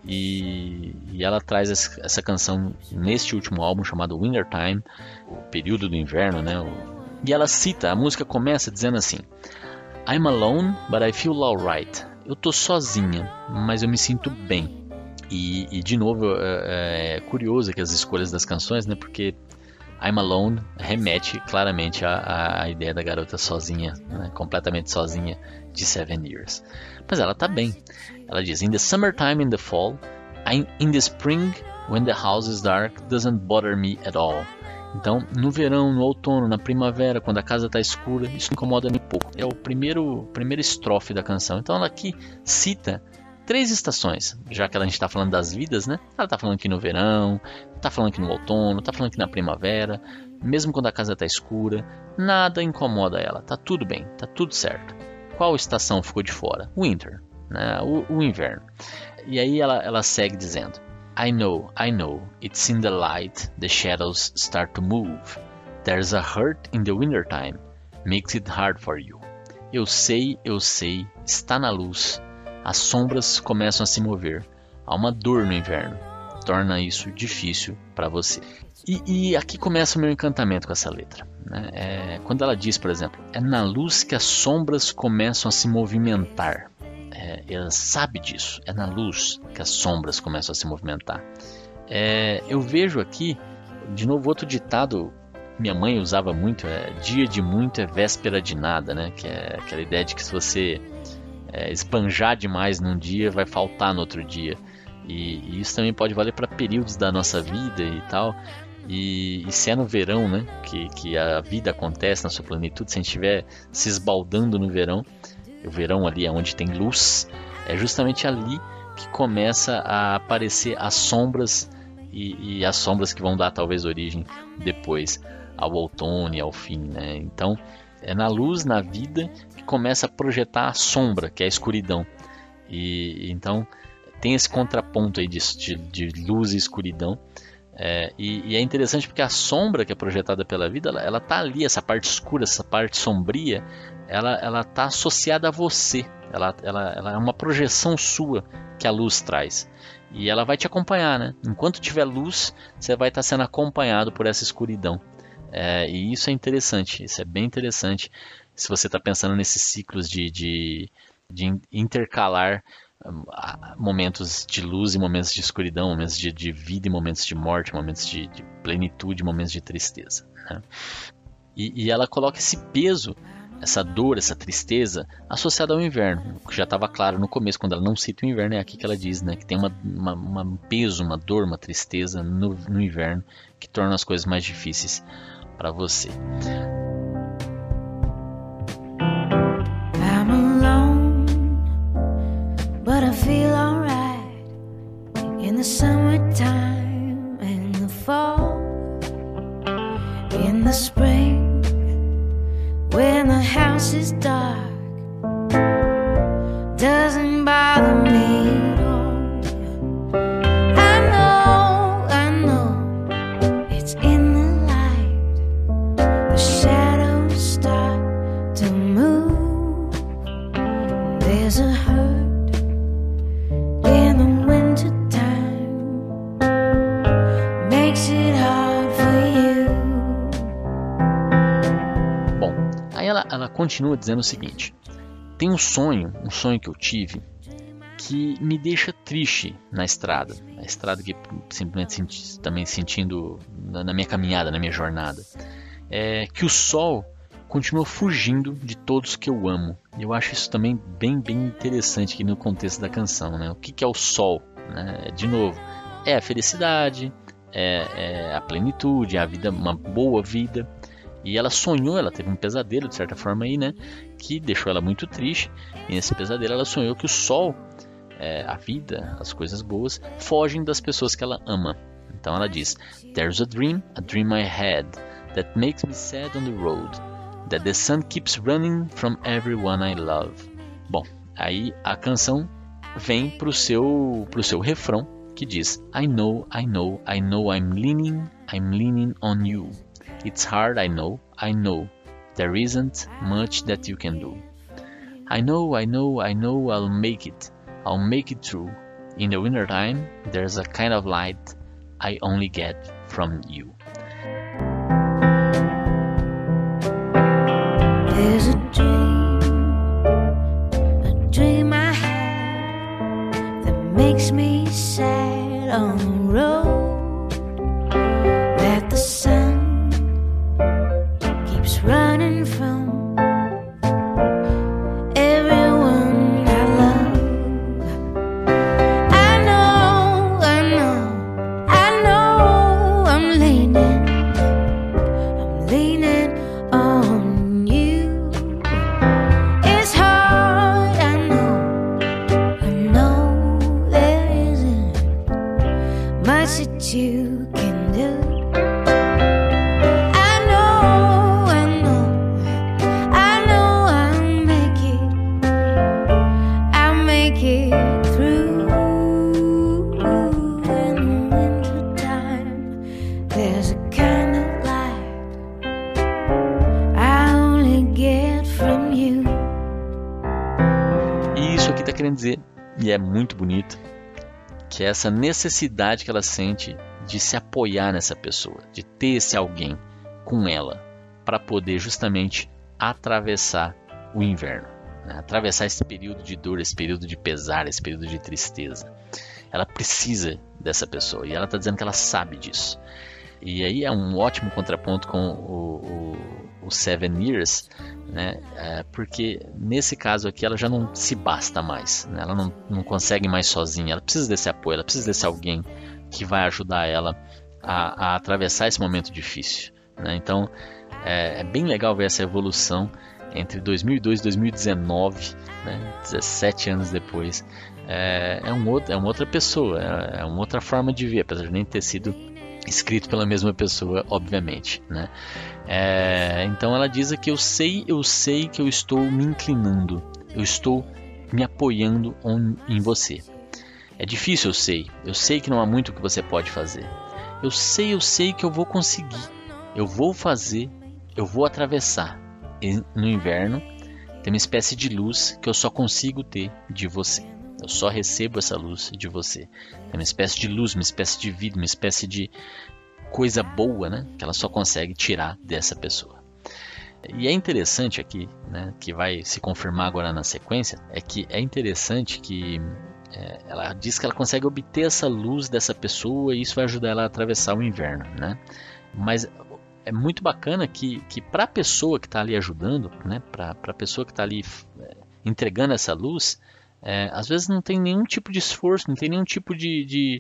E, e ela traz essa, essa canção neste último álbum chamado Wintertime, o período do inverno, né? O, e ela cita, a música começa dizendo assim: I'm alone, but I feel alright. Eu tô sozinha, mas eu me sinto bem. E, e de novo, é, é curioso que as escolhas das canções, né? Porque I'm alone remete claramente à, à ideia da garota sozinha, né? Completamente sozinha, de Seven Years. Mas ela tá bem. Ela diz: In the summertime, in the fall, I'm in the spring, when the house is dark, doesn't bother me at all. Então, no verão, no outono, na primavera, quando a casa está escura, isso incomoda-me pouco. É o primeiro, primeira estrofe da canção. Então ela aqui cita três estações, já que a gente está falando das vidas, né? Ela está falando aqui no verão, está falando aqui no outono, está falando aqui na primavera, mesmo quando a casa está escura, nada incomoda ela, tá tudo bem, tá tudo certo. Qual estação ficou de fora? Winter, né? o, o inverno. E aí ela, ela segue dizendo: I know, I know, it's in the light, the shadows start to move. There's a hurt in the wintertime, makes it hard for you. Eu sei, eu sei, está na luz, as sombras começam a se mover. Há uma dor no inverno, torna isso difícil para você. E, e aqui começa o meu encantamento com essa letra, né? É, quando ela diz, por exemplo, é na luz que as sombras começam a se movimentar. É, ela sabe disso, é na luz que as sombras começam a se movimentar. É, eu vejo aqui, de novo, outro ditado que minha mãe usava muito, é dia de muito é véspera de nada, né? Que é aquela ideia de que se você é, esbanjar demais num dia, vai faltar no outro dia. E, e isso também pode valer para períodos da nossa vida e tal. E, e se é no verão, né, que, que a vida acontece na sua plenitude, se a gente estiver se esbaldando no verão, o verão ali é onde tem luz, é justamente ali que começa a aparecer as sombras e, e as sombras que vão dar talvez origem depois ao outono e ao fim, né? Então é na luz, na vida, que começa a projetar a sombra, que é a escuridão. E então tem esse contraponto aí de, de, de luz e escuridão. É, e, e é interessante porque a sombra que é projetada pela vida, ela, ela tá ali, essa parte escura, essa parte sombria, ela, ela tá associada a você, ela, ela, ela é uma projeção sua que a luz traz, e ela vai te acompanhar, né? Enquanto tiver luz, você vai estar sendo acompanhado por essa escuridão, é, e isso é interessante, isso é bem interessante, se você está pensando nesses ciclos de, de, de intercalar momentos de luz e momentos de escuridão, momentos de, de vida e momentos de morte, momentos de, de plenitude, momentos de tristeza, né? E, e ela coloca esse peso, essa dor, essa tristeza associada ao inverno, que já estava claro no começo, quando ela não cita o inverno, é aqui que ela diz, né, que tem uma, uma, uma um peso, uma dor, uma tristeza no, no inverno que torna as coisas mais difíceis para você. But I feel alright in the summertime, in the fall, in the spring, when the house is dark, doesn't bother me at all. I know, I know, it's in the light, the shadows start to move, there's a hurt in the winter time, makes it hard for you. Bom, aí ela, ela continua dizendo o seguinte: tem um sonho, um sonho que eu tive que me deixa triste na estrada, na estrada que simplesmente senti, também sentindo na, na minha caminhada, na minha jornada, é que o sol continua fugindo de todos que eu amo. Eu acho isso também bem, bem interessante aqui no contexto da canção, né? O que, que é o sol, né? De novo, é a felicidade, é, é a plenitude, a vida, uma boa vida. E ela sonhou, ela teve um pesadelo de certa forma aí, né, que deixou ela muito triste. E nesse pesadelo ela sonhou que o sol, é, a vida, as coisas boas, fogem das pessoas que ela ama. Então ela diz: There's a dream, a dream I had, that makes me sad on the road, that the sun keeps running from everyone I love. Bom, aí a canção vem pro seu, pro seu refrão, que diz: I know, I know, I know I'm leaning, I'm leaning on you. It's hard, I know, I know, there isn't much that you can do. I know, I know, I know I'll make it, I'll make it through. In the winter time, there's a kind of light I only get from you. There's a dream, a dream I had that makes me sad on the road, that the sun keeps running from everyone I love. I know, I know, I know I'm leaning, I'm leaning on you. It's hard, I know, I know there isn't much that you can do. I know, I know, I know I'll make it, I'll make it through. In the winter time, there's a kind of light I only get from you. E isso aqui está querendo dizer, e é muito bonito, que é essa necessidade que ela sente de se apoiar nessa pessoa, de ter esse alguém com ela, para poder justamente atravessar o inverno, né? Atravessar esse período de dor, esse período de pesar, esse período de tristeza. Ela precisa dessa pessoa e ela está dizendo que ela sabe disso. E aí é um ótimo contraponto com o, o, o Seven Years, né? É, porque nesse caso aqui ela já não se basta mais, né? Ela não, não consegue mais sozinha, ela precisa desse apoio, ela precisa desse alguém que vai ajudar ela a, a atravessar esse momento difícil, né? Então é, é bem legal ver essa evolução entre dois mil e dois e dois mil e dezenove, né? dezessete anos depois. É, é, um outro, é uma outra pessoa, é, é uma outra forma de ver, apesar de nem ter sido escrito pela mesma pessoa, obviamente, né? É, então ela diz aqui: eu sei, eu sei que eu estou me inclinando, eu estou me apoiando on, em você. É difícil, eu sei, eu sei que não há muito que você pode fazer. Eu sei, eu sei que eu vou conseguir, eu vou fazer, eu vou atravessar. E no inverno tem uma espécie de luz que eu só consigo ter de você. Eu só recebo essa luz de você. É uma espécie de luz, uma espécie de vida, uma espécie de coisa boa, né, que ela só consegue tirar dessa pessoa. E é interessante aqui, né, que vai se confirmar agora na sequência, é que é interessante que é, ela diz que ela consegue obter essa luz dessa pessoa e isso vai ajudar ela a atravessar o inverno, né? Mas é muito bacana que, que para a pessoa que está ali ajudando, né, para a pessoa que está ali é, entregando essa luz, É, às vezes não tem nenhum tipo de esforço, não tem nenhum tipo de... de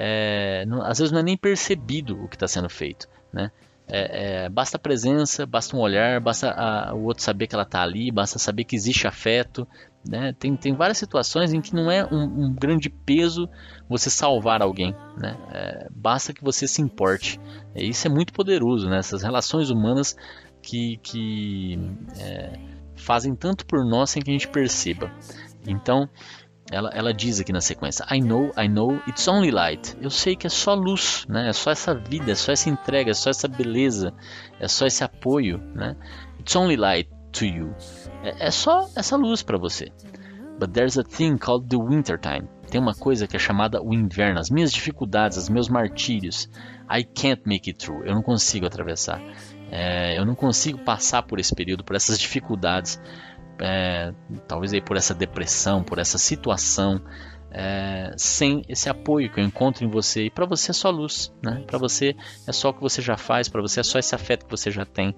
é, não, às vezes não é nem percebido o que está sendo feito, né? É, é, basta a presença, basta um olhar, basta a, o outro saber que ela está ali, basta saber que existe afeto, né? Tem, tem várias situações em que não é um, um grande peso você salvar alguém, né? É, basta que você se importe. E isso é muito poderoso, né? Essas relações humanas que, que é, fazem tanto por nós sem que a gente perceba. Então, ela, ela diz aqui na sequência: I know, I know, it's only light. Eu sei que é só luz, né? É só essa vida, é só essa entrega, é só essa beleza, é só esse apoio, né? It's only light to you. É, é só essa luz para você. But there's a thing called the winter time. Tem uma coisa que é chamada o inverno, as minhas dificuldades, os meus martírios. I can't make it through. Eu não consigo atravessar. É, eu não consigo passar por esse período, por essas dificuldades. É, talvez aí por essa depressão, por essa situação, é, sem esse apoio que eu encontro em você. E para você é só luz, né? Para você é só o que você já faz, para você é só esse afeto que você já tem.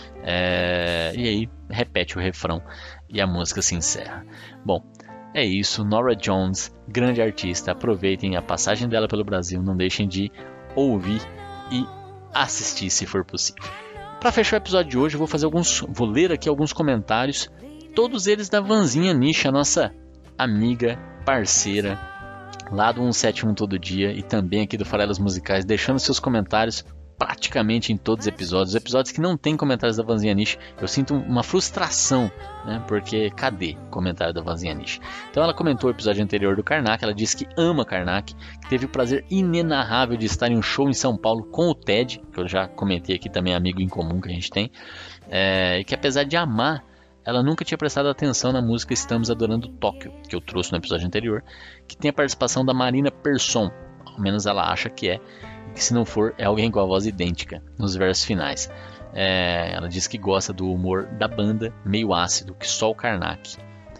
É, e aí repete o refrão e a música se encerra. Bom, é isso. Norah Jones, grande artista. Aproveitem a passagem dela pelo Brasil, não deixem de ouvir e assistir se for possível. Para fechar o episódio de hoje, eu vou fazer alguns, vou ler aqui alguns comentários, todos eles da Vanzinha Niche, a nossa amiga, parceira, lá do cento e setenta e um Todo Dia e também aqui do Farelas Musicais, deixando seus comentários praticamente em todos os episódios. Os episódios que não tem comentários da Vanzinha Niche, eu sinto uma frustração, né? Porque cadê o comentário da Vanzinha Niche? Então ela comentou o episódio anterior do Karnak, ela disse que ama Karnak, que teve o prazer inenarrável de estar em um show em São Paulo com o Ted, que eu já comentei aqui também, amigo em comum que a gente tem, é, e que apesar de amar, ela nunca tinha prestado atenção na música Estamos Adorando Tóquio, que eu trouxe no episódio anterior, que tem a participação da Marina Persson, ao menos ela acha que é, que se não for, é alguém com a voz idêntica nos versos finais. É, ela diz que gosta do humor da banda, meio ácido, que só o Karnak.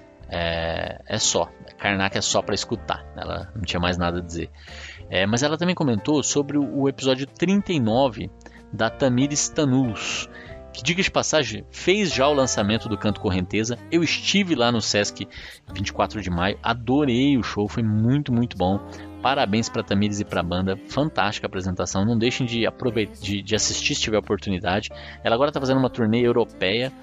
É, é só, Karnak é só para escutar, ela não tinha mais nada a dizer. É, mas ela também comentou sobre o, o episódio trinta e nove da Tamires Tanus, que, diga de passagem, fez já o lançamento do Canto Correnteza. Eu estive lá no Sesc vinte e quatro de maio, adorei o show, foi muito, muito bom. Parabéns para Tamires e para a banda, fantástica apresentação, não deixem de, aproveitar, de, de assistir se tiver oportunidade. Ela agora está fazendo uma turnê europeia,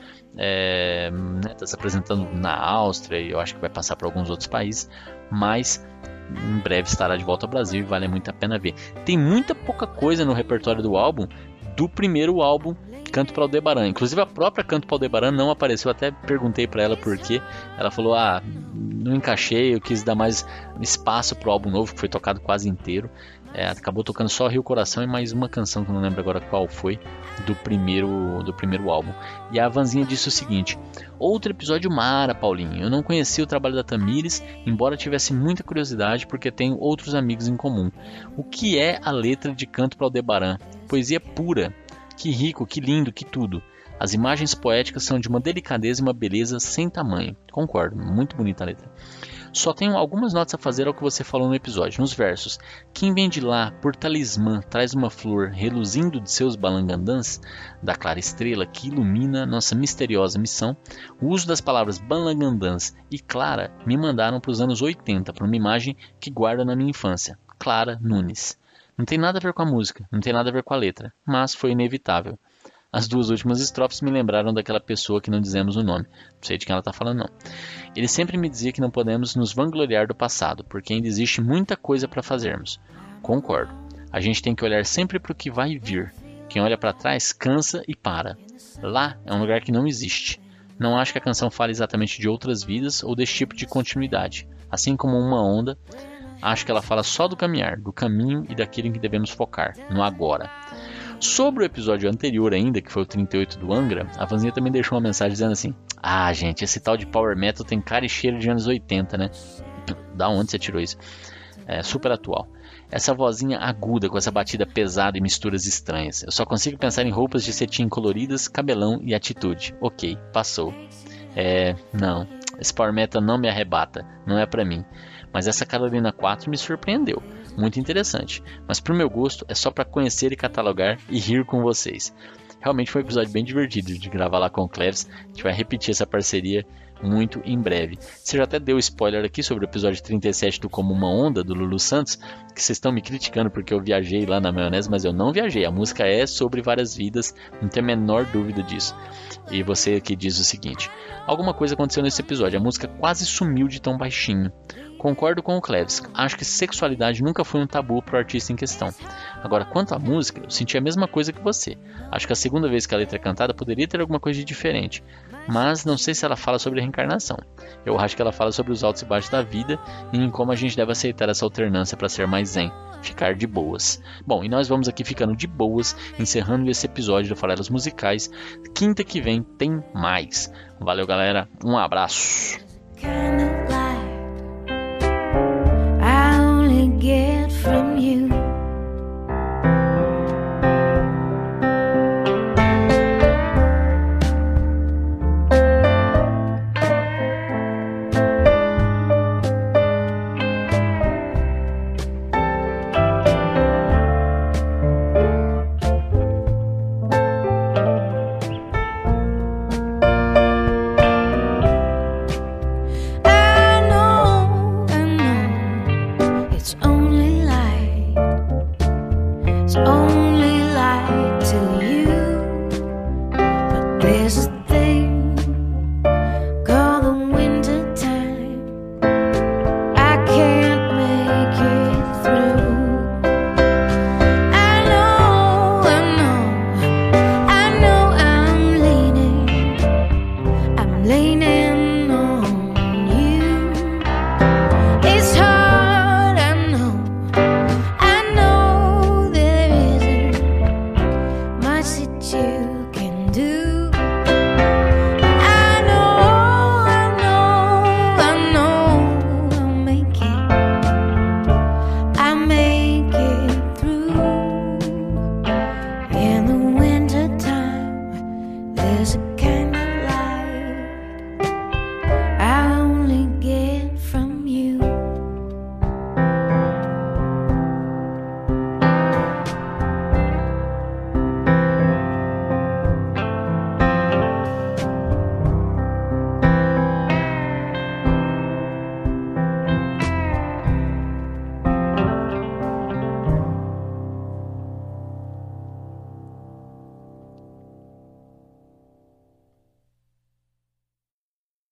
é, né, tá se apresentando na Áustria e eu acho que vai passar por alguns outros países, mas em breve estará de volta ao Brasil e vale muito a pena ver. Tem muita pouca coisa no repertório do álbum, do primeiro álbum, Canto para Aldebaran. Inclusive a própria Canto para Aldebaran não apareceu, até perguntei para ela por quê. Ela falou, ah, não encaixei, eu quis dar mais espaço pro álbum novo, que foi tocado quase inteiro. É, acabou tocando só Rio Coração e mais uma canção que eu não lembro agora qual foi, do primeiro, do primeiro álbum. E a Vanzinha disse o seguinte: outro episódio mara, Paulinho. Eu não conhecia o trabalho da Tamires, embora tivesse muita curiosidade, porque tenho outros amigos em comum. O que é a letra de Canto para Aldebaran? Poesia pura. Que rico, que lindo, que tudo. As imagens poéticas são de uma delicadeza e uma beleza sem tamanho. Concordo, muito bonita a letra. Só tenho algumas notas a fazer ao que você falou no episódio. Nos versos: quem vem de lá por talismã traz uma flor reluzindo de seus balangandãs, da clara estrela que ilumina nossa misteriosa missão. O uso das palavras balangandãs e clara me mandaram para os anos oitenta, para uma imagem que guardo na minha infância. Clara Nunes. Não tem nada a ver com a música, não tem nada a ver com a letra, mas foi inevitável. As duas últimas estrofes me lembraram daquela pessoa que não dizemos o nome. Não sei de quem ela está falando, não. Ele sempre me dizia que não podemos nos vangloriar do passado, porque ainda existe muita coisa para fazermos. Concordo. A gente tem que olhar sempre para o que vai vir. Quem olha para trás cansa e para. Lá é um lugar que não existe. Não acho que a canção fale exatamente de outras vidas ou desse tipo de continuidade. Assim como uma onda, acho que ela fala só do caminhar, do caminho e daquilo em que devemos focar, no agora. Sobre o episódio anterior ainda, que foi o trinta e oito do Angra, a Vanzinha também deixou uma mensagem dizendo assim: ah, gente, esse tal de Power Metal tem cara e cheiro de anos oitenta, né? Da onde você tirou isso? É super atual. Essa vozinha aguda com essa batida pesada e misturas estranhas. Eu só consigo pensar em roupas de cetim coloridas, cabelão e atitude. Ok, passou. É, não, esse Power Metal não me arrebata, não é pra mim. Mas essa Carolina quatro me surpreendeu, muito interessante. Mas pro meu gosto é só para conhecer e catalogar e rir com vocês. Realmente foi um episódio bem divertido de gravar lá com o Cleves. A gente vai repetir essa parceria muito em breve. Você já até deu spoiler aqui sobre o episódio trinta e sete do Como Uma Onda, do Lulu Santos, que vocês estão me criticando porque eu viajei lá na maionese, mas eu não viajei. A música é sobre várias vidas, não tem a menor dúvida disso. E você aqui diz o seguinte: alguma coisa aconteceu nesse episódio, a música quase sumiu de tão baixinho. Concordo com o Cleves, acho que sexualidade nunca foi um tabu para o artista em questão. Agora, quanto à música, eu senti a mesma coisa que você. Acho que a segunda vez que a letra é cantada poderia ter alguma coisa de diferente, mas não sei se ela fala sobre reencarnação. Eu acho que ela fala sobre os altos e baixos da vida e em como a gente deve aceitar essa alternância para ser mais zen, ficar de boas. Bom, e nós vamos aqui ficando de boas, encerrando esse episódio do Farelas Musicais. Quinta que vem tem mais. Valeu, galera, um abraço.